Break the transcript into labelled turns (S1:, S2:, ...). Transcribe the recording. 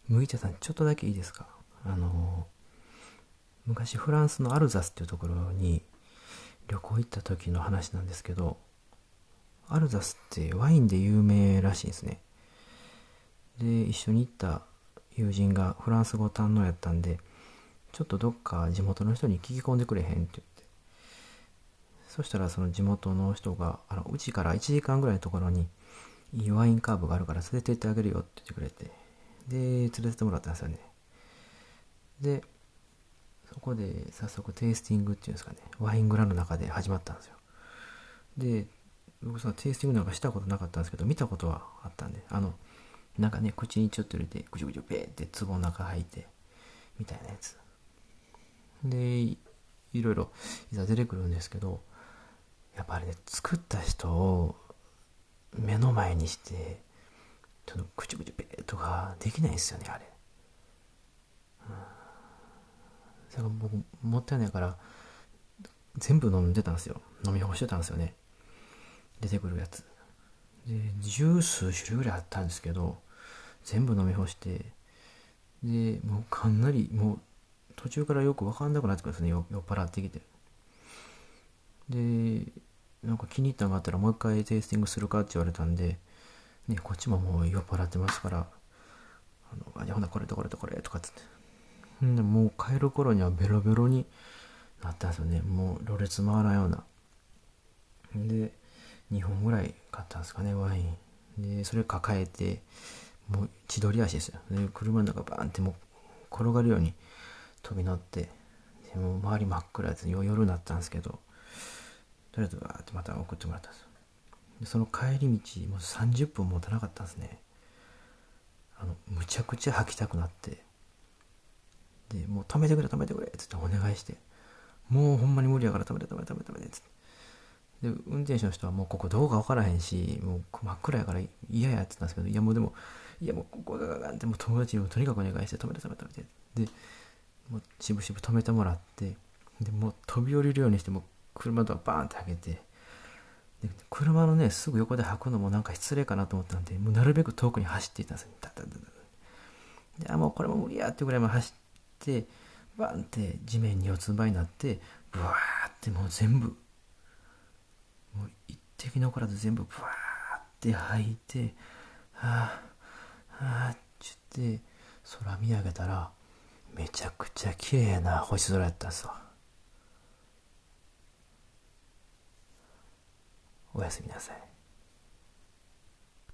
S1: 麦茶さん、ちょっとだけいいですか？昔フランスのアルザスっていうところに旅行行った時の話なんですけど、アルザスってワインで有名らしいんですね。で、一緒に行った友人がフランス語堪能やったんで、ちょっとどっか地元の人に聞き込んでくれへんって言って、そしたらその地元の人が、うちから1時間ぐらいのところにいいワインカーブがあるから連れて行ってあげるよって言ってくれて、で、連れてってもらったんですよね。で、そこで早速テイスティングっていうんですかね、ワイン蔵の中で始まったんですよ。で、僕そのテイスティングなんかしたことなかったんですけど、見たことはあったんで、なんかね、口にちょっと入れて、ぐちゅぐちゅペーって壺の中入って、みたいなやつ。で、いろいろいざ出てくるんですけど、やっぱりね、作った人を目の前にして、そのぐちゅぐちゅペーとかできないんですよね、あれ。それが僕、もったいないから、全部飲んでたんですよ。飲み干してたんですよね。出てくるやつ。で、十数種類ぐらいあったんですけど、全部飲み干して、で、もうかなり、もう途中からよく分かんなくなってくるんですね、酔っ払ってきて。で、なんか気に入ったのがあったらもう一回テイスティングするかって言われたんで、ね、こっちももう酔っ払ってますから、じゃあほなこれとこれとこれとかっつって。んで、もう帰る頃にはベロベロになったんですよね。もうろれつ回らんような。で、2本ぐらい買ったんですかね、ワイン。で、それ抱えて、もう千鳥足ですよ。で、車の中バーンってもう転がるように飛び乗って、でもう周り真っ暗で夜になったんですけど、とりあえずバーってまた送ってもらったんですよ。で、その帰り道、もう30分持たなかったんですね。むちゃくちゃ吐きたくなって、で、もう止めてくれ止めてくれっつってお願いして、もうほんまに無理やから止めて止めて止めて止めてっつって。で、運転手の人はもうここどうか分からへんし、もう真っ暗やから嫌やって言ったんですけど、いやもうでも、いやもうここがガンってもう友達にもとにかくお願いして止めて止めて止めて。で、もうしぶしぶ止めてもらって、で、もう飛び降りるようにして、もう車ドアバーンって開けて、で、車のね、すぐ横で吐くのもなんか失礼かなと思ったんで、もうなるべく遠くに走っていったんですよ。で、もうこれも無理やってぐらいまで走って、バンって地面に四つん這いになって、ブワーってもう全部、もう一滴残らず全部ブワーって吐いて、はぁ、はぁって言って、空見上げたら、めちゃくちゃ綺麗な星空やったんですわ。おやすみなさい。